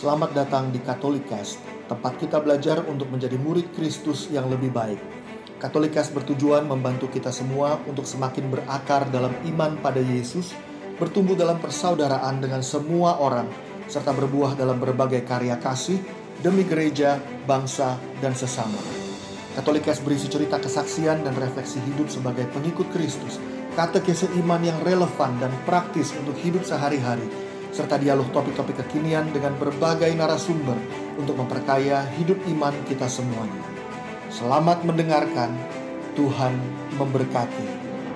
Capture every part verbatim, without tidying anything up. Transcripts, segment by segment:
Selamat datang di Katolikas, tempat kita belajar untuk menjadi murid Kristus yang lebih baik. Katolikas bertujuan membantu kita semua untuk semakin berakar dalam iman pada Yesus, bertumbuh dalam persaudaraan dengan semua orang, serta berbuah dalam berbagai karya kasih demi gereja, bangsa, dan sesama. Katolikas berisi cerita kesaksian dan refleksi hidup sebagai pengikut Kristus, katekese iman yang relevan dan praktis untuk hidup sehari-hari, serta dialog topik-topik kekinian dengan berbagai narasumber untuk memperkaya hidup iman kita semuanya. Selamat mendengarkan, Tuhan memberkati.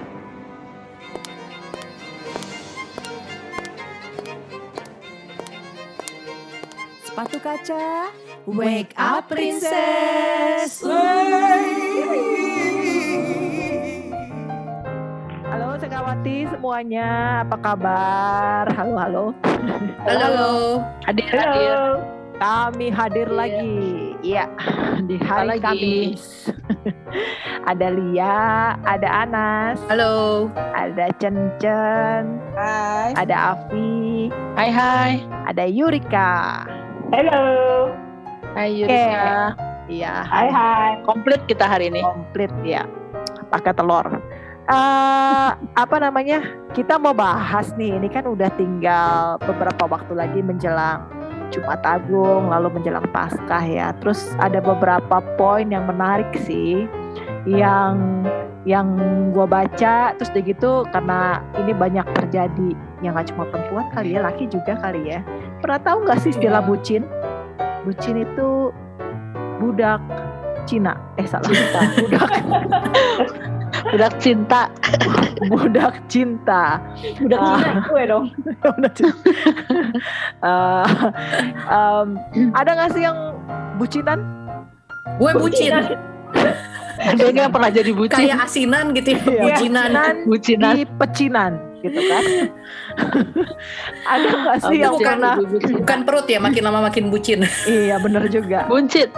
Sepatu kaca, wake up princess. Halo Sekawati semuanya, apa kabar? Halo halo. Halo. Hadir hadir. Kami hadir Iya. lagi. Iya, di hari lagi. Kamis. Ada Lia, ada Anas, Halo. ada Cencen, Hai. ada Afi, Hai hai. ada Yurika. Halo. Hai Yurika. Iya, Hai hai. Komplit kita hari ini. komplit ya, pakai telur. Eh, apa namanya? Kita mau bahas nih. Ini kan udah tinggal beberapa waktu lagi menjelang Jumat Agung, lalu menjelang Paskah ya. Terus ada beberapa poin yang menarik sih, yang yang gue baca. Terus udah gitu, karena ini banyak terjadi, yang nggak cuma perempuan kali ya, laki juga kali ya. Pernah tahu nggak sih istilah Iya. bucin? Bucin itu budak Cina. Eh salah. Budak Budak cinta. budak cinta. Udah Ah. Cina gue dong. Budak cinta. Eh, em, ada nggak sih yang bucinan? Gue bucin, Ada yang pernah jadi bucin? kayak asinan gitu ya, Iya, bucinan. Bucinan. di pecinan gitu kan? Ada nggak sih Oh, yang bukan. pernah? bucin. Bukan perut ya, makin lama makin bucin. Iya bener juga. Buncit.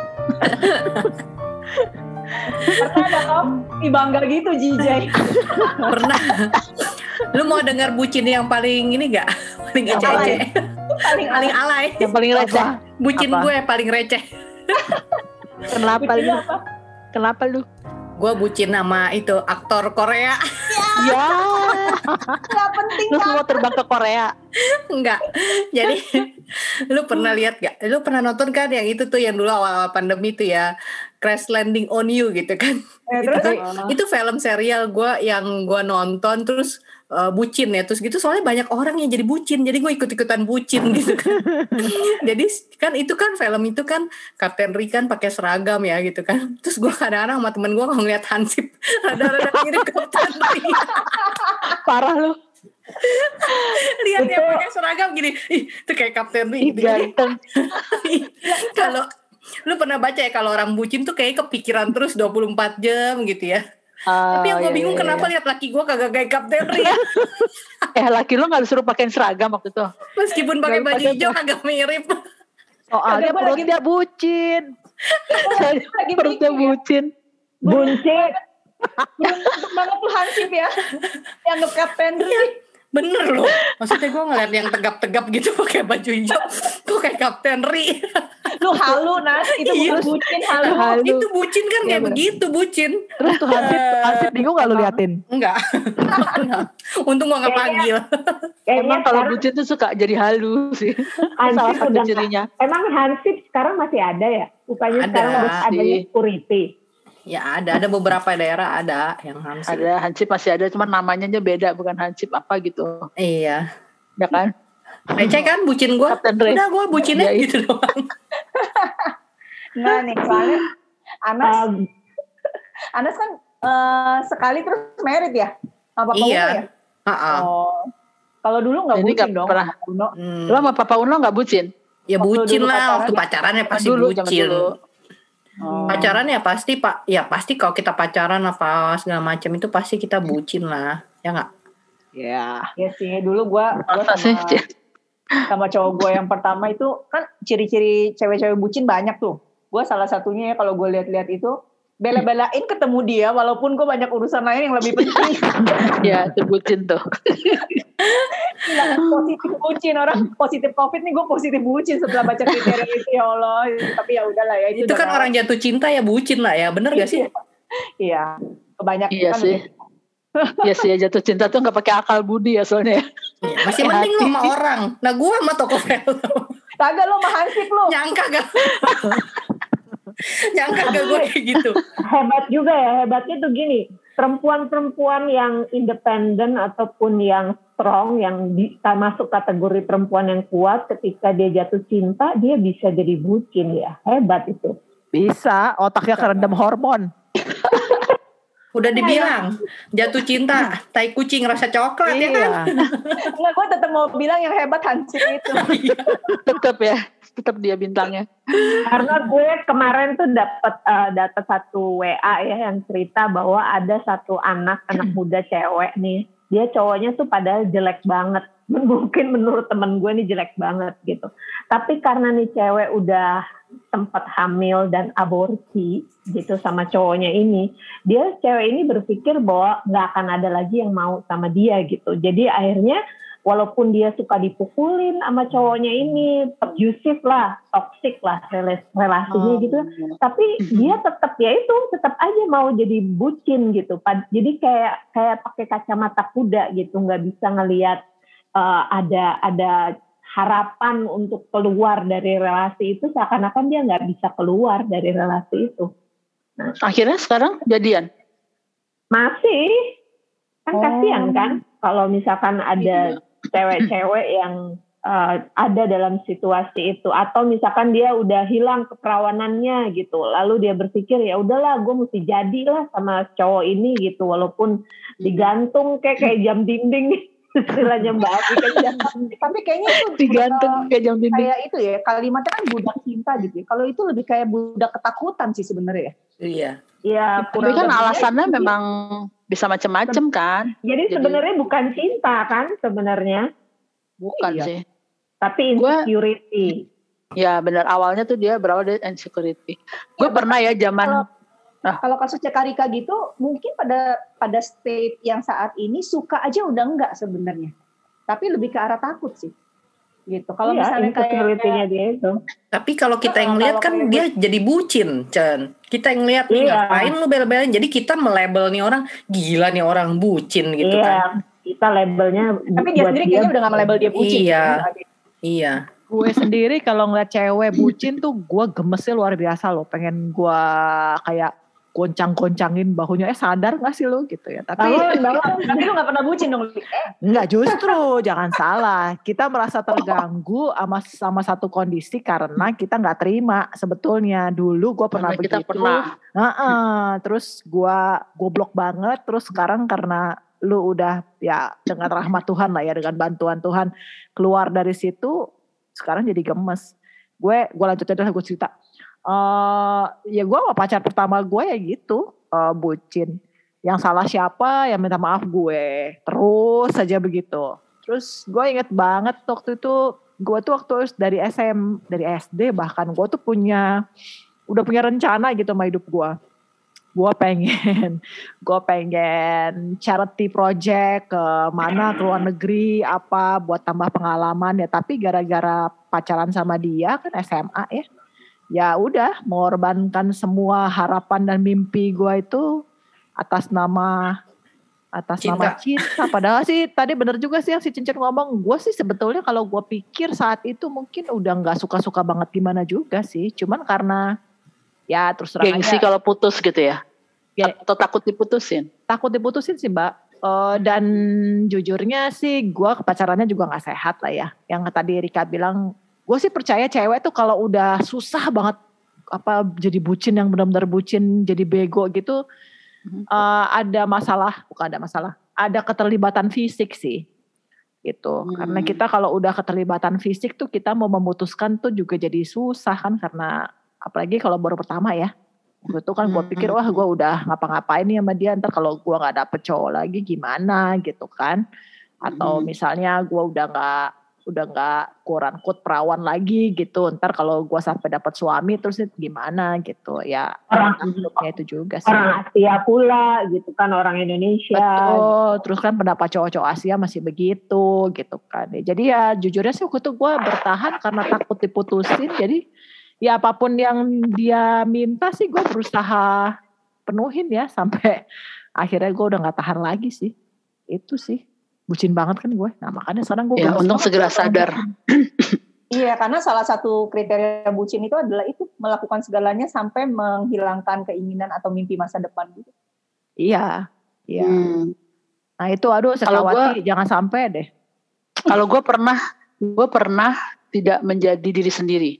Pernah ada om di bangga gitu Jijay. Pernah. Lu mau dengar bucin yang paling ini gak? Paling Yang ece-ece. Paling Paling alay. Yang paling receh. Apa? Bucin Apa? gue paling receh. Kenapa bucin lu? apa? Kenapa lu? Gue bucin sama itu aktor Korea. Ya. Gak penting Lu kan? semua terbang ke Korea. Enggak. Jadi lu pernah lihat gak? Lu pernah nonton kan yang itu tuh yang dulu awal-awal pandemi tuh ya, Crash Landing on You gitu kan? Eh, Itu terus kan itu film serial gue yang gue nonton terus uh, bucin ya, terus gitu soalnya banyak orang yang jadi bucin, jadi gue ikut-ikutan bucin gitu kan. Jadi kan itu kan film itu kan Kapten Ri kan pakai seragam ya gitu kan, terus gue kadang-kadang sama temen gue kalau ngeliat Hansip rada-rada mirip Kapten Ri. Parah lu. Lihat dia pakai seragam gini, ih itu kayak Kapten Ri Ih, gitu. Jadi ganteng. kalau lu pernah baca ya kalau orang bucin tuh kayak kepikiran terus dua puluh empat jam gitu ya. Tapi yang gue Oh, iya, bingung iya, kenapa iya. lihat laki gue kagak kayak Kapten Ri. Eh laki lu gak disuruh pakein seragam waktu itu? Meskipun pakai baju Daripada hijau kagak mirip. Soalnya Ada gua perutnya bucin. lagi Perutnya mikir ya. bucin. Buncit. Beruntung banget tuh Hansip ya. Yang nge-Kapten Ri. Bener loh. Maksudnya gue ngeliat yang tegap-tegap gitu pakai baju hijau. Kok kayak Kapten Ri. Lu halu Nas. Itu Iya. bukan bucin halu. Halu. Itu bucin kan Iya, kayak bener. begitu bucin. Terus tuh Hansip, Hansip bingung gak lu liatin? Enggak. Untung gue gak panggil. Emang kalau bucin tuh suka jadi halu sih. Salah satu udah cirinya. Emang Hansip sekarang masih ada ya? Bukannya Ada sekarang harus sih. adanya security. Ya ada. Ada beberapa daerah ada yang Hansip. Ada Hansip masih ada, cuman namanya aja beda, bukan Hansip apa gitu. Iya. Ya kan? Receh kan bucin gue. Kapten Ri. Udah gue bucinnya Iya, iya. gitu doang. Nah nih soalnya Anas. Um, Anas kan eh, sekali terus married ya? Sama Papa Iya. Uno ya? Ha-ha. Oh. Kalau dulu nggak Jadi bucin nggak dong. pernah. Uno. Hmm. Lu sama Papa Uno gak bucin? Ya Waktu bucin dulu lah. pacaran. Waktu pacarannya pasti dulu, jangan bucin. dulu. Oh. Pacaran ya pasti pak, ya pasti kalau kita pacaran apa segala macam itu pasti kita bucin lah, ya nggak? Ya. Ya sih dulu gue gua Masa sih? sama, sama cowok gue yang pertama itu kan ciri-ciri cewek-cewek bucin banyak tuh. Gue salah satunya ya kalau gue lihat-lihat itu bela-belain ketemu dia walaupun gue banyak urusan lain yang lebih penting. Ya, itu bucin tuh. Gila, positif bucin, orang positif covid nih gue positif bucin setelah baca kriteria itu, ya Allah. Tapi ya udahlah ya, itu Itu kan udah- orang jatuh cinta ya bucin lah ya, bener gak sih? Iya, kebanyakan Iya kan sih. udah- Iya sih, jatuh cinta tuh nggak pakai akal budi ya soalnya. Iya, masih mending lu sama orang. Nah gue sama toko film. Kagak lo mah Hansip lo. Nyangka gak? Nyangka gak gue kayak gitu? Hebat juga ya, hebatnya tuh gini, perempuan-perempuan yang independen ataupun yang strong, yang bisa masuk kategori perempuan yang kuat, ketika dia jatuh cinta, dia bisa jadi bucin ya, hebat itu. Bisa, otaknya kerendam hormon. Udah dibilang jatuh cinta, tai kucing rasa coklat ya kan? Iya. Enggak, gue tetap mau bilang yang hebat Hansip itu. Tetap ya, tetap dia bintangnya. Karena gue kemarin tuh dapat uh, dapat satu W A ya yang cerita bahwa ada satu anak anak muda cewek nih, dia cowoknya tuh padahal jelek banget, mungkin menurut temen gue nih jelek banget gitu. Tapi karena nih cewek udah sempat hamil dan aborsi gitu sama cowoknya ini, dia cewek ini berpikir bahwa nggak akan ada lagi yang mau sama dia gitu. Jadi akhirnya walaupun dia suka dipukulin sama cowoknya ini, abusive lah, toxic lah relasinya gitu, tapi dia tetap ya itu tetap aja mau jadi bucin gitu. Jadi kayak kayak pakai kacamata kuda gitu, nggak bisa ngelihat uh, ada ada harapan untuk keluar dari relasi itu, seakan-akan dia nggak bisa keluar dari relasi itu. Nah, akhirnya sekarang jadian? Masih, kan Oh. kasihan kan kalau misalkan ada cewek-cewek yang uh, ada dalam situasi itu, atau misalkan dia udah hilang keperawanannya gitu, lalu dia berpikir ya udahlah gue mesti jadilah sama cowok ini gitu, walaupun digantung kayak kayak jam dinding istilahnya Mbak Afi kan jam dinding. Tapi kayaknya itu Digantung kayak jam dinding. kayak itu ya, kalimatnya kan budak cinta gitu ya. Kalau itu lebih kayak budak ketakutan sih sebenarnya ya. Iya. Ya, Tapi kurang kan lebihnya alasannya itu. memang bisa macam-macam kan? Jadi, Jadi- sebenarnya bukan cinta kan sebenarnya, Bukan Iya. sih. tapi Gua- insecurity. Ya benar, awalnya tuh dia berawal dari insecurity. Gue Ya, pernah ya zaman Kalau kalau kasusnya Karika gitu, mungkin pada pada state yang saat ini suka aja udah enggak sebenarnya. Tapi lebih ke arah takut sih. Gitu. Kalau Iya, misalnya kayak insecurity-nya dia itu. Tapi kalau kita yang Kalau lihat kan kayak dia jadi bucin, Chan. Kita yang lihat nih, Iya. ngapain lu bela-belain. Jadi kita melabel nih orang, gila nih orang bucin gitu Iya, kan. kita labelnya tapi dia buat sendiri kayaknya udah gak melabel dia bucin. Iya. Ya. Iya. Gue sendiri kalau ngeliat cewek bucin tuh gue gemesnya luar biasa loh. Pengen gue kayak goncang-goncangin bahunya. Eh sadar gak sih lo gitu ya. Tapi bangun, bangun. Tapi lu gak pernah bucin dong. Eh, enggak, justru jangan salah. Kita merasa terganggu sama sama satu kondisi karena kita nggak terima sebetulnya. Dulu gue pernah Karena kita begitu. pernah. Heeh, terus gue goblok banget. Terus sekarang karena lu udah ya dengan rahmat Tuhan lah ya, dengan bantuan Tuhan keluar dari situ, sekarang jadi gemes. Gue gue lanjut aja, gue cerita. Eh ya gue sama pacar pertama gue ya gitu, eh, bucin. Yang salah siapa, yang minta maaf gue. Terus saja begitu. Terus gue inget banget waktu itu, gue tuh waktu dari S M, dari S D bahkan, gue tuh punya, udah punya rencana gitu sama hidup gue. Gue pengen, gue pengen charity project ke mana, ke luar negeri, apa, buat tambah pengalaman ya. Tapi gara-gara pacaran sama dia kan S M A ya, ya udah mengorbankan semua harapan dan mimpi gue itu atas nama atas Cinta. nama cinta. Padahal sih tadi bener juga sih yang si Cincin ngomong, gue sih sebetulnya kalau gue pikir saat itu mungkin udah nggak suka-suka banget gimana juga sih, cuman karena ya terus terang Gengsi aja kalau putus gitu ya? Ya. Atau takut diputusin? takut diputusin sih Mbak. Eh, dan jujurnya sih gue pacarannya juga nggak sehat lah ya. Yang tadi Rika bilang, gue sih percaya cewek tuh kalau udah susah banget apa jadi bucin yang benar-benar bucin, jadi bego gitu, eh, ada masalah, bukan ada masalah, ada keterlibatan fisik sih gitu. Hmm. Karena kita kalau udah keterlibatan fisik tuh kita mau memutuskan tuh juga jadi susah kan, karena apalagi kalau baru pertama ya. Waktu itu kan gue pikir, wah gue udah ngapa-ngapain nih sama dia, ntar kalau gue gak dapet cowok lagi gimana gitu kan. Atau Hmm. misalnya gue udah gak udah nggak quote unquote perawan lagi gitu. Ntar kalau gue sampai dapat suami terus gimana gitu ya. Orang hidupnya itu juga sih. Orang Asia pula gitu kan, orang Indonesia. Betul. Terus kan pendapat cowok-cowok Asia masih begitu gitu kan. Jadi ya jujurnya sih waktu itu gue bertahan karena takut diputusin. Jadi ya apapun yang dia minta sih gue berusaha penuhin ya sampai akhirnya gue udah nggak tahan lagi sih. Itu sih. Bucin banget kan gue. Nah makanya sekarang gue Ya, untung segera sadar. Iya, karena salah satu kriteria bucin itu adalah itu melakukan segalanya sampai menghilangkan keinginan atau mimpi masa depan gitu. Iya, iya. Hmm. Nah itu aduh sekawati jangan sampai deh. Kalau gue pernah, gue pernah tidak menjadi diri sendiri.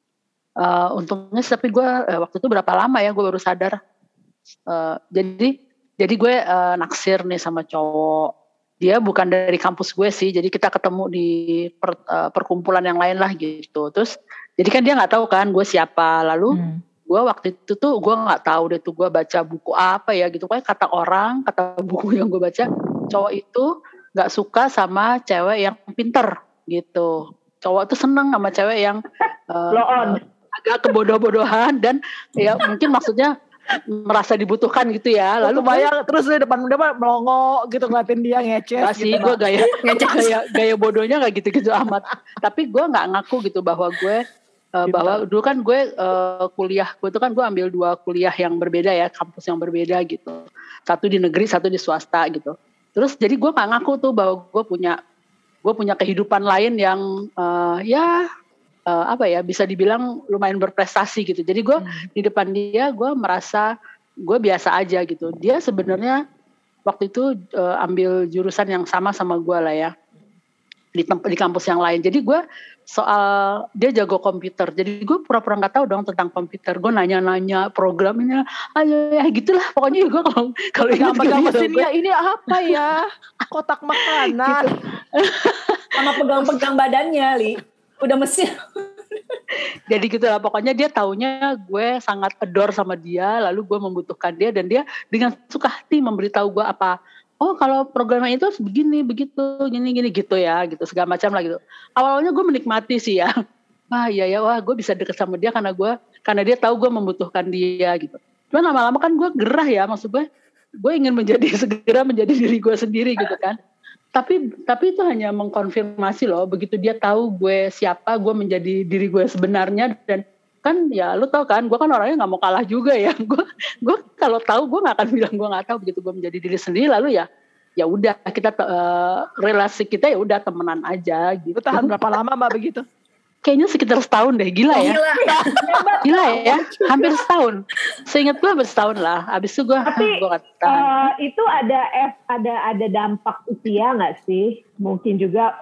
Uh, untungnya tapi gue uh, waktu itu berapa lama ya gue baru sadar. Uh, jadi jadi gue uh, naksir nih sama cowok. Dia bukan dari kampus gue sih, jadi kita ketemu di per, uh, perkumpulan yang lain lah gitu. Terus, jadi kan dia nggak tahu kan gue siapa. Lalu hmm. gue waktu itu tuh gue nggak tahu deh tuh gue baca buku apa ya gitu. Kayak kata orang, kata buku yang gue baca, cowok itu nggak suka sama cewek yang pinter gitu. Cowok tuh seneng sama cewek yang uh, agak kebodoh-bodohan dan ya mungkin maksudnya merasa dibutuhkan gitu ya. Lalu bayang terus di depan dia melongo gitu ngeliatin dia ngeces. Gak sih, gue gaya gaya gaya bodohnya gak gitu-gitu amat. Tapi gue nggak ngaku gitu bahwa gue uh, bahwa dulu kan gue uh, kuliah, gue tuh kan gue ambil dua kuliah yang berbeda ya, kampus yang berbeda gitu. Satu di negeri, satu di swasta gitu. Terus jadi gue nggak ngaku tuh bahwa gue punya gue punya kehidupan lain yang uh, ya uh, apa ya bisa dibilang lumayan berprestasi gitu. Jadi gue hmm. di depan dia gue merasa gue biasa aja gitu. Dia sebenarnya waktu itu uh, ambil jurusan yang sama sama gue lah ya di tempat di kampus yang lain. Jadi gue soal dia jago komputer. Jadi gue pura-pura nggak tahu dong tentang komputer. Gue nanya-nanya programnya, ayo ya gitulah. Pokoknya gue kalau kalau ingat pegang mesinnya ini apa ya? Kotak makanan. Gitu. Sama pegang-pegang badannya, Li. Udah mesin. Jadi gitu lah. Pokoknya dia taunya gue sangat adore sama dia. Lalu gue membutuhkan dia dan dia dengan suka hati memberitahu gue apa. Oh kalau programnya itu begini, begitu, gini, gini, gitu ya, gitu segala macam lah gitu. Awalnya gue menikmati sih ya, wah iya ya, wah gue bisa deket sama dia karena gue, karena dia tahu gue membutuhkan dia gitu. Cuman lama-lama kan gue gerah ya, maksud gue, gue ingin menjadi segera menjadi diri gue sendiri gitu kan. Tapi tapi itu hanya mengkonfirmasi loh, begitu dia tahu gue siapa, gue menjadi diri gue sebenarnya dan kan ya lu tau kan gue kan orangnya nggak mau kalah juga ya gue gue kalau tahu gue nggak akan bilang gue nggak tahu. Begitu gue menjadi diri sendiri lalu ya ya udah kita uh, relasi kita ya udah temenan aja gitu. Tahan berapa lama mbak begitu? Kayaknya sekitar setahun deh. Gila ya gila, gila ya hampir setahun. Seingat gue hampir setahun lah. Abis itu gue tapi gue uh, itu ada F, ada ada dampak usia nggak sih? Mungkin juga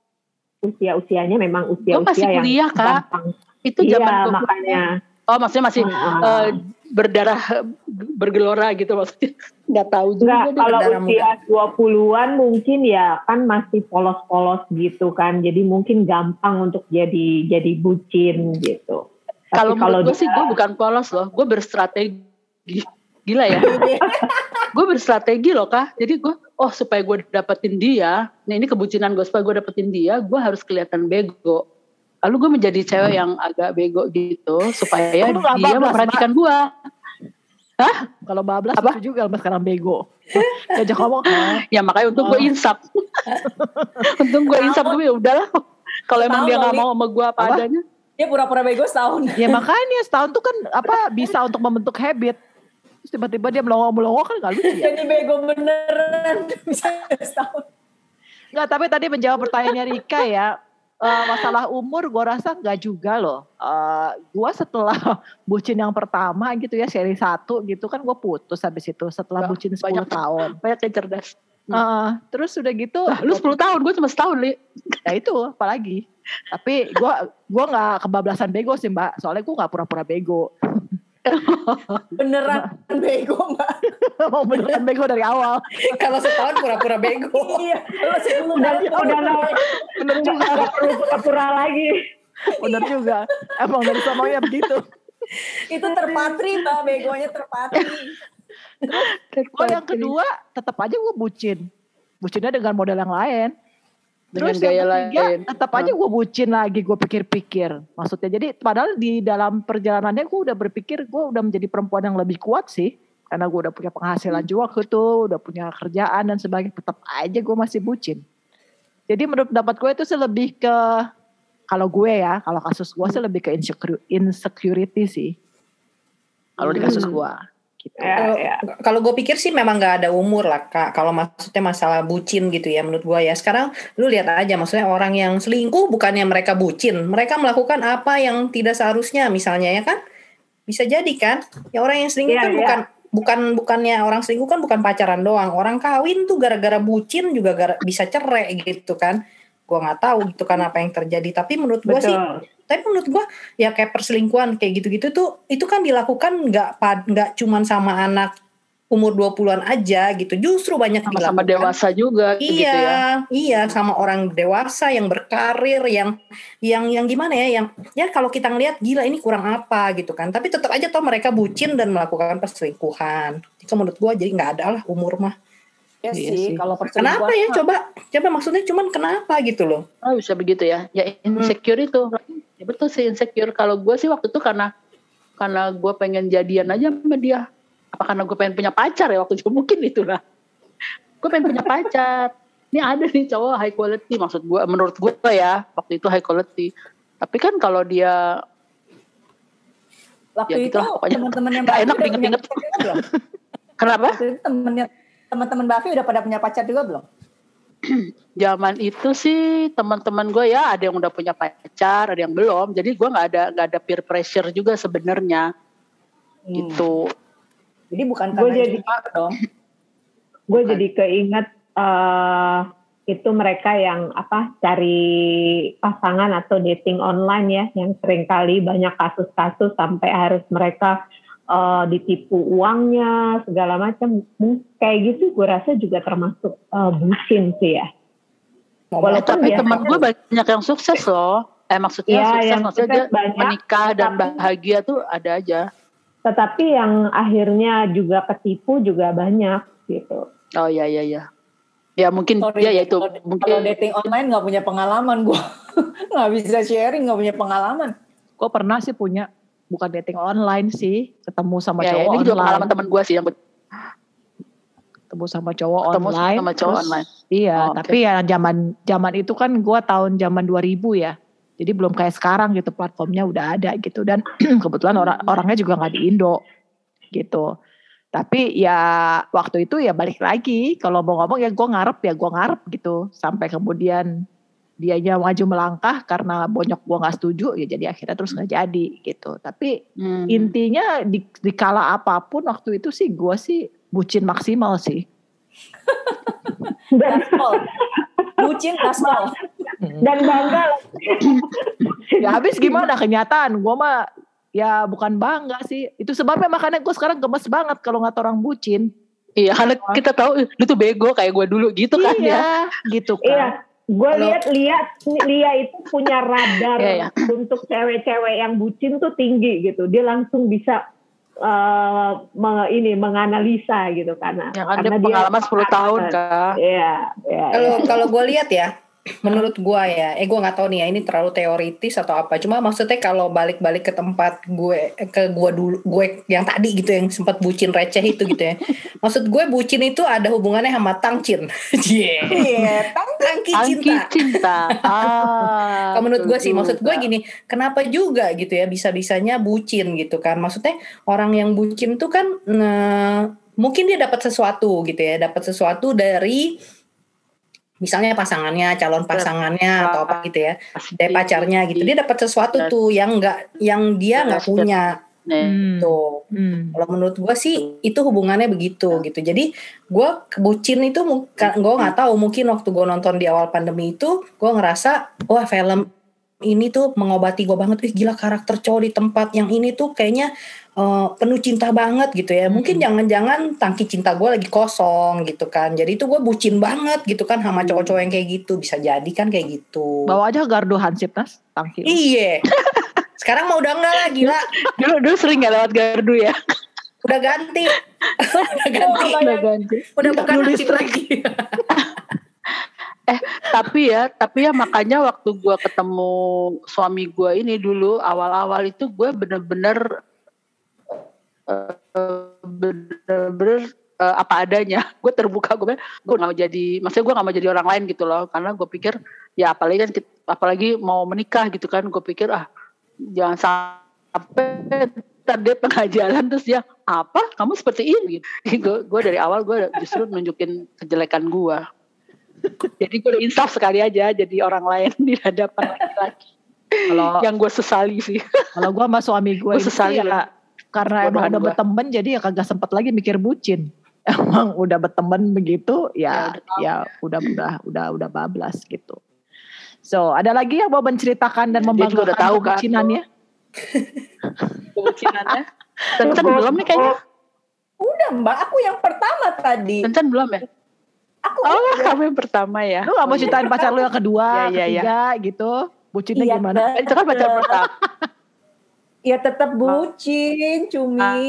usia usianya memang usia gue masih usia kuliah yang kak gampang. Itu iya, zaman makanya. Oh maksudnya masih uh, uh, berdarah bergelora gitu maksudnya. Nggak tahu juga. Nggak, kalau usia dua puluhan mungkin ya kan masih polos-polos gitu kan. Jadi mungkin gampang untuk jadi jadi bucin gitu. Kalau menurut gue sih gue bukan polos loh. Gue berstrategi. Gila ya. Gue berstrategi loh kak. Jadi gue oh supaya gue dapetin dia. Nah ini kebucinan gue supaya gue dapetin dia. Gue harus kelihatan bego. Lalu gue menjadi cewek yang agak bego gitu supaya dia memperhatikan gue. Hah? Kalau bablas apa? Itu juga sekarang bego. Diajak ngomong. Ya makanya untuk oh. gue insaf. Untung gue insaf gue ya udahlah. Kalau emang dia nggak mau sama gue apa, apa adanya. Dia pura-pura bego setahun. Ya makanya setahun tuh kan apa bisa untuk membentuk habit. Terus tiba-tiba dia melongo-melongo kan nggak lucu ya. Jadi bego beneran bisa setahun. Nggak, tapi tadi menjawab pertanyaannya Rika ya. Uh, masalah umur gue rasa gak juga loh. uh, Gue setelah bucin yang pertama gitu ya, seri satu gitu kan gue putus habis itu. Setelah nah, bucin sepuluh tahun. Banyak yang cerdas. uh, Terus udah gitu nah, lu sepuluh tahun, gue cuma setahun Li. Ya itu apalagi. Tapi gue gue gak kebablasan bego sih mbak. Soalnya gue gak pura-pura bego. Beneran bego mbak. Mau beneran bego dari awal. Kalau setahun pura-pura bego. Iya. Kalau sepuluh udah udah bener juga nggak perlu pura-pura lagi. Bener juga. Emang dari sononya begitu. Itu terpatri mbak, begonya terpatri. Terus yang kedua tetap aja gue bucin. Bucinnya dengan model yang lain. dengan Terus gaya yang ketiga, lain. tetap aja gue bucin lagi, gue pikir-pikir. Maksudnya jadi padahal di dalam perjalanannya gue udah berpikir gue udah menjadi perempuan yang lebih kuat sih. Karena gue udah punya penghasilan juga waktu itu, udah punya kerjaan dan sebagainya. Tetap aja gue masih bucin. Jadi menurut pendapat gue itu sih lebih ke, kalau gue ya, kalau kasus gue sih lebih ke insecure, insecurity sih. Kalau di kasus gue. Gitu. Ya, Kalau ya. kalau gue pikir sih memang nggak ada umur lah Kak. Kalau maksudnya masalah bucin gitu ya menurut gue ya. Sekarang lu lihat aja maksudnya orang yang selingkuh bukannya mereka bucin. Mereka melakukan apa yang tidak seharusnya misalnya ya kan. Bisa jadi kan. Ya orang yang selingkuh Iya, kan iya. bukan bukan bukannya orang selingkuh kan bukan pacaran doang. Orang kawin tuh gara-gara bucin juga gara, bisa cerai gitu kan. Gue nggak tahu gitu kan apa yang terjadi. Tapi menurut gue sih Tapi menurut gue ya kayak perselingkuhan kayak gitu-gitu tuh itu kan dilakukan nggak nggak cuman sama anak umur dua puluhan aja gitu. Justru banyak Sama-sama dilakukan. dewasa juga Iya, gitu ya. iya sama orang dewasa yang berkarir yang yang yang gimana ya yang ya kalau kita ngelihat gila ini kurang apa gitu kan. Tapi tetap aja toh mereka bucin dan melakukan perselingkuhan. Itu menurut gue jadi nggak ada lah umur mah. Ya Iya sih, sih. kalau perselingkuhan. Kenapa ya coba coba maksudnya cuman kenapa gitu loh. Oh bisa begitu ya. Ya insecure itu. Ya betul sih insecure. Kalau gue sih waktu itu karena karena gue pengen jadian aja sama dia. Apa karena gue pengen punya pacar ya waktu itu mungkin itulah. Gue pengen punya pacar. Ini ada nih cowok high quality maksud gue menurut gue ya waktu itu high quality. Tapi kan kalau dia Waktu ya itu gitulah, pokoknya teman-teman yang nggak Bafi enak udah punya diinget-inget. pacar juga belum? Kenapa? Waktu itu temennya teman-teman Bafi udah pada punya pacar juga belum? Zaman itu sih teman-teman gue ya ada yang udah punya pacar, ada yang belum. Jadi gue nggak ada nggak ada peer pressure juga sebenarnya. Hmm. Gitu. Jadi bukan Gue karena jadi- cinta dong. Gue Bukan. jadi keinget eh, itu mereka yang apa cari pasangan atau dating online ya, yang seringkali banyak kasus-kasus sampai harus mereka eh, ditipu uangnya segala macam. Hmm, kayak gitu gue rasa juga termasuk eh, bucin sih ya. Eh, Walaupun tapi biasanya- teman gue banyak yang sukses loh. Eh maksudnya Iya, sukses yang maksudnya sukses dia banyak, menikah dan tapi- bahagia tuh ada aja. Tetapi yang akhirnya juga ketipu juga banyak gitu. Oh iya iya iya. Ya mungkin Sorry, dia ya itu kalau, mungkin kalau dating online nggak punya pengalaman gue, nggak bisa sharing, nggak punya pengalaman. Gue pernah sih punya, bukan dating online sih, ketemu sama ya, ya, cowok ini juga online. pengalaman teman gue sih yang Ketemu sama cowok ketemu online. sama cowok terus- online. Iya, Oh, oke. tapi ya zaman zaman itu kan gue tahun zaman dua ribu ya. Jadi belum kayak sekarang gitu, platformnya udah ada gitu. Dan kebetulan orang orangnya juga nggak di Indo gitu. Tapi ya waktu itu ya balik lagi. Kalau mau ngomong ya gue ngarep ya gue ngarep gitu. Sampai kemudian dianya maju melangkah karena bonyok gue nggak setuju ya jadi akhirnya terus nggak jadi gitu. Tapi Hmm. intinya di, di kala apapun waktu itu sih gue sih bucin maksimal sih. Dan, Gaspol, bucin gaspol. dan bangga loh. Ya habis gimana kenyataan gue mah ya bukan bangga sih. Itu sebabnya makanya gue sekarang gemes banget kalau ngeliat orang bucin. Iya karena kita tahu "Ih, lu tuh bego kayak gue dulu gitu kan ya. Iya gitu kan. Iya, gue Kalau- lihat lihat Lia itu punya radar Iya, iya. untuk cewek-cewek yang bucin tuh tinggi gitu. Dia langsung bisa eh, me- ini menganalisa gitu karena Ya kan dia karena pengalaman sepuluh tahun Kak. Iya, iya. Kalau iya. kalau gue lihat ya, menurut gue ya, eh gue nggak tahu nih ya ini terlalu teoritis atau apa. Cuma maksudnya kalau balik-balik ke tempat gue, ke gue dulu, gue yang tadi gitu yang sempat bucin receh itu gitu ya. Maksud gue bucin itu ada hubungannya sama tangcin. Yeah. Iya, Tangki Angki cinta. cinta. Ah, Kalau menurut gue betul sih, maksud gue juga. gini, kenapa juga gitu ya bisa-bisanya bucin gitu kan? Maksudnya orang yang bucin tuh kan, nah, mungkin dia dapat sesuatu gitu ya, dapat sesuatu dari misalnya pasangannya, calon pasangannya atau apa gitu ya, dari pacarnya gitu. Dia dapat sesuatu Dan- tuh yang nggak, yang dia nggak Dan- punya Nih. Hmm. tuh. Hmm. Kalau menurut gue sih itu hubungannya begitu gitu. Jadi gue kebucin itu gue nggak tahu mungkin waktu gue nonton di awal pandemi itu gue ngerasa wah film ini tuh mengobati gue banget. Ih gila karakter cowok di tempat yang ini tuh kayaknya uh, penuh cinta banget gitu ya. Mungkin jangan-jangan tangki cinta gue lagi kosong gitu kan. Jadi itu gue bucin banget gitu kan sama cowok-cowok yang kayak gitu. Bisa jadi kan kayak gitu. Bawa aja gardu hansip Nas, tangki. Iya. Sekarang mah udah enggak lah gila. Dulu dulu sering gak lewat gardu ya. Udah ganti. Udah ganti. Udah ganti. Udah bukan Nulis nasib lagi. Eh tapi ya, tapi ya makanya waktu gue ketemu suami gue ini dulu awal-awal itu gue bener-bener uh, bener-bener uh, apa adanya. Gue terbuka, gue gue nggak mau jadi, maksudnya gue nggak mau jadi orang lain gitu loh. Karena gue pikir ya apalagi kan apalagi mau menikah gitu kan, gue pikir ah jangan sampai ntar dia tengah jalan terus dia apa kamu seperti ini gitu. Gue dari awal gue justru nunjukin kejelekan gue. Jadi gue udah insaf sekali aja jadi orang lain di hadapan laki-laki. Kalau yang gue sesali sih. Kalau gue sama suami gue Gue sesali ya loh. karena emang Bodohan udah gua. berteman jadi ya kagak sempet lagi mikir bucin. Emang udah berteman begitu ya Ya, ya udah udah udah udah bablas gitu. So ada lagi yang mau menceritakan dan Dia juga membanggakan udah tahu kan. kebucinannya? Kebucinannya. Tenten belum nih kayaknya. Udah Mbak, aku yang pertama tadi. Tenten belum ya? Aku Oh kamu yang pertama ya. Lu gak mau ceritain pacar lu yang kedua, Iya, iya, ketiga gitu? Bucinnya Iya, gimana? tetep. Itu kan pacar pertama. Ya tetap bucin, cumi.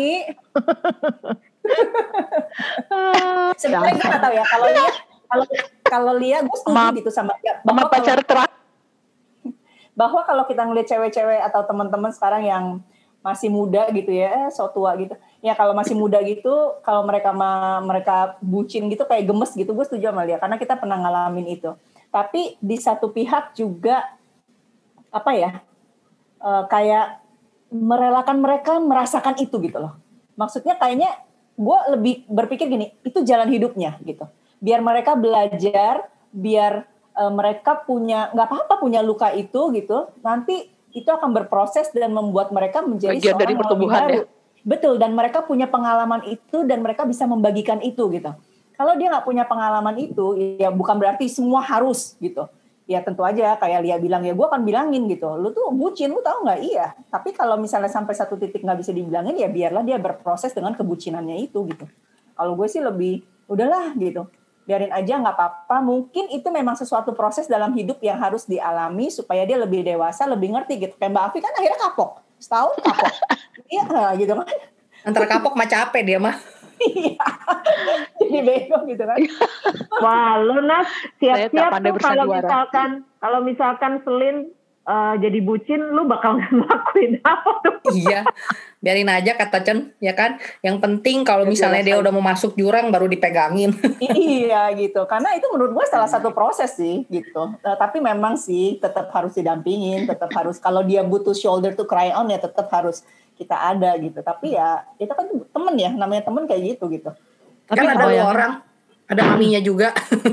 Sebenarnya gue gak tahu ya kalau Lia, kalau kalau Lia gue setuju Sama- gitu sama dia. Sama Bahwa pacar kalau, terakhir. bahwa kalau kita ngeliat cewek-cewek atau teman-teman sekarang yang masih muda gitu ya, eh, so tua gitu. Ya kalau masih muda gitu, kalau mereka ma- mereka bucin gitu kayak gemes gitu, gue setuju sama Lia karena kita pernah ngalamin itu. Tapi di satu pihak juga apa ya? eh, kayak merelakan mereka merasakan itu gitu loh. Maksudnya kayaknya gue lebih berpikir gini, itu jalan hidupnya gitu. Biar mereka belajar, biar uh, mereka punya, nggak apa-apa punya luka itu gitu. Nanti itu akan berproses dan membuat mereka menjadi Bagian seorang dari yang lebih pertumbuhan baru. ya. Betul, dan mereka punya pengalaman itu dan mereka bisa membagikan itu gitu. Kalau dia nggak punya pengalaman itu, ya bukan berarti semua harus gitu. Ya tentu aja kayak Lia bilang ya gue akan bilangin gitu. Lu tuh bucin, lu tahu nggak? Iya. Tapi kalau misalnya sampai satu titik nggak bisa dibilangin ya biarlah dia berproses dengan kebucinannya itu gitu. Kalau gue sih lebih udahlah gitu. Biarin aja nggak apa-apa. Mungkin itu memang sesuatu proses dalam hidup yang harus dialami supaya dia lebih dewasa, lebih ngerti gitu. Kayak Mbak Afi kan akhirnya kapok. Setahun kapok. Iya gitu kan. Antara kapok sama capek dia mah. Iya. Jadi bego gitu kan. Wah, lu Nas Saya tak siap-siap pandai tuh kalau bersandiwara. misalkan kalau misalkan Selin eh, jadi bucin, lu bakal ngelakuin apa tuh? Iya, biarin aja kata Cen, ya kan. Yang penting kalau Ya, misalnya dia biar udah mau masuk jurang baru dipegangin. Iya gitu, karena itu menurut gue salah satu proses sih gitu. Nah, tapi memang sih tetap harus didampingin, tetap harus kalau dia butuh shoulder to cry on ya tetap harus kita ada gitu. Tapi ya itu kan temen ya, namanya temen kayak gitu gitu. Tapi Kan ada dua ngebayangin- orang, ada maminya juga.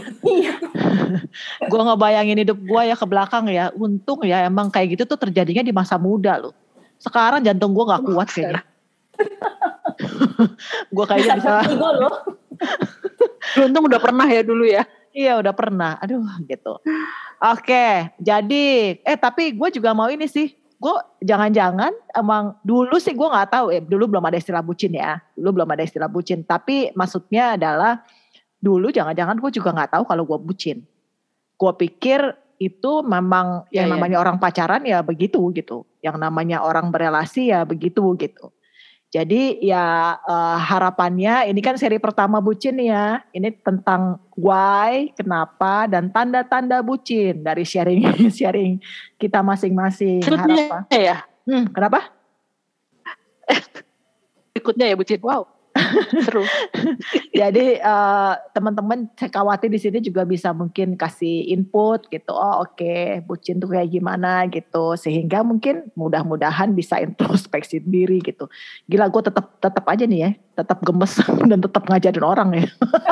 gue ngebayangin hidup gue ya ke belakang ya. Untung ya emang kayak gitu tuh terjadinya di masa muda loh. Sekarang jantung gue gak kuat kayaknya. Gue kayaknya bisa. Ego loh. Beruntung udah pernah ya dulu ya. Iya udah pernah. Aduh gitu. Oke jadi. Eh tapi gue juga mau ini sih. Gue jangan-jangan emang dulu sih gue gak tahu. Eh dulu belum ada istilah bucin ya. Dulu belum ada istilah bucin. Tapi maksudnya adalah. Dulu jangan-jangan gue juga gak tahu kalau gue bucin. Gue pikir itu memang Ya, yang ya. namanya orang pacaran ya begitu gitu. Yang namanya orang berelasi ya begitu gitu. Jadi ya eh, harapannya ini kan seri pertama bucin ya. Ini tentang why, kenapa dan tanda-tanda bucin dari sharing sharing kita masing-masing. Berikutnya Harapan. ya. Hmm, kenapa? Berikutnya ya bucin. Wow. Seru. Jadi eh, teman-teman saya khawatir di sini juga bisa mungkin kasih input gitu. Oh oke, bucin tuh kayak gimana gitu. Sehingga mungkin mudah-mudahan bisa introspeksi diri gitu. Gila gue tetap tetap aja nih ya, tetap gemes dan tetap ngajarin orang ya.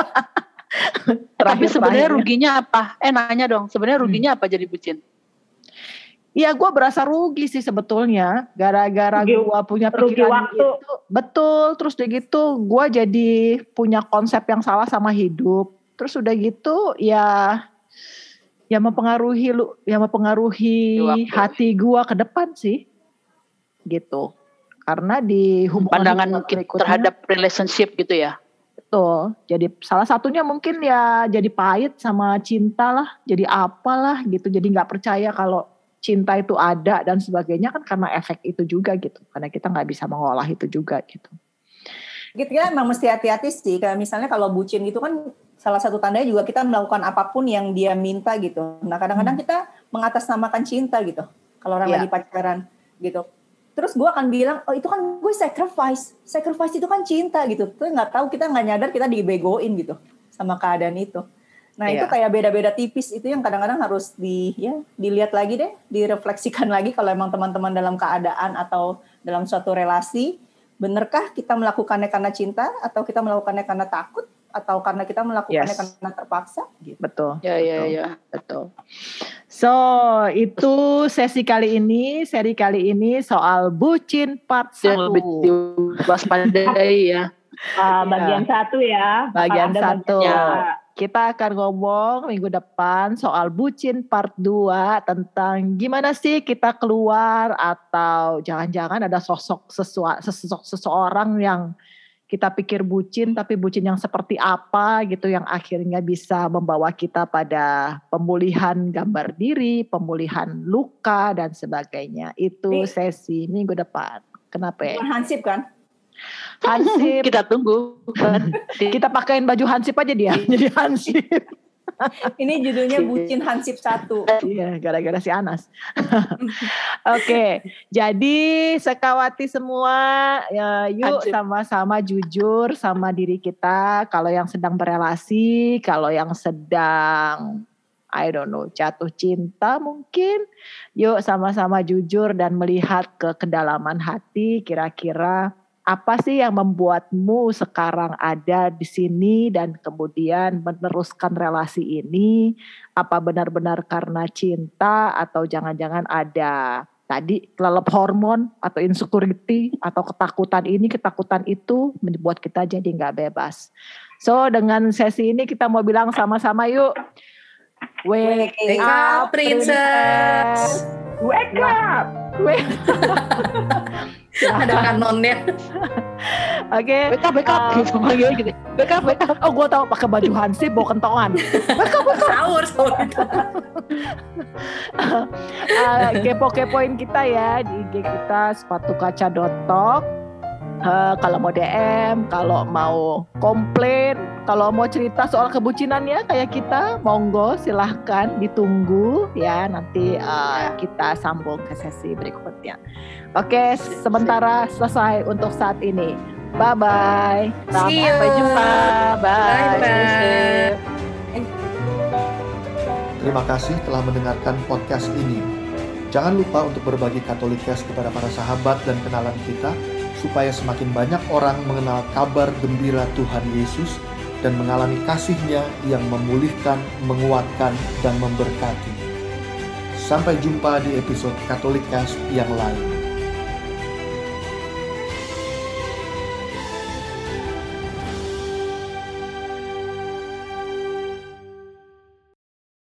Tapi sebenarnya Terakhir-terakhir. ruginya apa? Eh nanya dong. Sebenarnya ruginya apa jadi bucin? Iya gue berasa rugi sih sebetulnya. Gara-gara Rugi- gue punya rugi pikiran waktu. gitu. Betul, terus udah gitu gue jadi punya konsep yang salah sama hidup. Terus udah gitu ya ya mempengaruhi lu, ya mempengaruhi Waktu. hati gue ke depan sih. Gitu. Karena di hubungan Pandangan hubungan kita berikutnya, terhadap relationship gitu ya. betul. Jadi salah satunya mungkin ya jadi pahit sama cinta lah, jadi apalah gitu. Jadi nggak percaya kalau cinta itu ada dan sebagainya kan karena efek itu juga gitu. Karena kita nggak bisa mengolah itu juga gitu. Gitu ya, emang mesti hati-hati sih. Kayak misalnya kalau bucin gitu kan salah satu tandanya juga kita melakukan apapun yang dia minta gitu. Nah kadang-kadang Hmm. kita mengatasnamakan cinta gitu. Kalau orang Iya. lagi pacaran gitu. Terus gue akan bilang, oh itu kan gue sacrifice. Sacrifice itu kan cinta gitu. Tuh nggak tahu, kita nggak nyadar kita dibegoin gitu sama keadaan itu. Nah itu Iya. kayak beda-beda tipis, itu yang kadang-kadang harus di ya dilihat lagi deh, direfleksikan lagi kalau emang teman-teman dalam keadaan atau dalam suatu relasi, benerkah kita melakukannya karena cinta atau kita melakukannya karena takut atau karena kita melakukannya Yes. karena terpaksa gitu. Betul. Ya ya betul. ya, betul. So, itu sesi kali ini, seri kali ini soal bucin part Yang lebih satu. diwaspadai ya. Uh, Iya. bagian satu ya. Bakal Bagian ada satu. bagian dua. Kita akan ngomong minggu depan soal bucin part dua tentang gimana sih kita keluar atau jangan-jangan ada sosok sesua, sesosok seseorang yang kita pikir bucin tapi bucin yang seperti apa gitu yang akhirnya bisa membawa kita pada pemulihan gambar diri, pemulihan luka dan sebagainya. Itu Ini- sesi minggu depan. Kenapa? Bukan Hansip kan? Hansip. Kita tunggu. Kita pakaiin baju Hansip aja dia. Jadi Hansip. Ini judulnya Bucin Hansip satu. Iya, gara-gara si Anas. Oke, jadi sekawati semua, ya, yuk Hansip. sama-sama jujur sama diri kita. Kalau yang sedang berelasi, kalau yang sedang, I don't know, jatuh cinta mungkin, yuk sama-sama jujur dan melihat ke kedalaman hati. Kira-kira apa sih yang membuatmu sekarang ada di sini dan kemudian meneruskan relasi ini? Apa benar-benar karena cinta atau jangan-jangan ada tadi kelelep hormon atau insecurity atau ketakutan ini, ketakutan itu membuat kita jadi nggak bebas. So dengan sesi ini kita mau bilang sama-sama yuk. Wake Wake up, up, princess. Wake up. Wake Ada kanonnya. Oke. Backup backup Uh, gitu manggilnya gitu. Backup backup. Oh, gue tahu pakai baju Hansip bawa kentongan. Sahur, sahur. Uh, kepo-kepoin kita ya di I G kita sepatu kaca dot talk. Uh, kalau mau D M, kalau mau komplain, kalau mau cerita soal kebucinannya kayak kita, monggo silahkan ditunggu ya, nanti uh, kita sambung ke sesi berikutnya. Oke, sementara selesai untuk saat ini. Bye bye. See you. Sampai jumpa. Bye. Bye-bye. Terima kasih telah mendengarkan podcast ini. Jangan lupa untuk berbagi Katolikes kepada para sahabat dan kenalan kita, supaya semakin banyak orang mengenal kabar gembira Tuhan Yesus dan mengalami kasih-Nya yang memulihkan, menguatkan, dan memberkati. Sampai jumpa di episode Katolikes yang lain.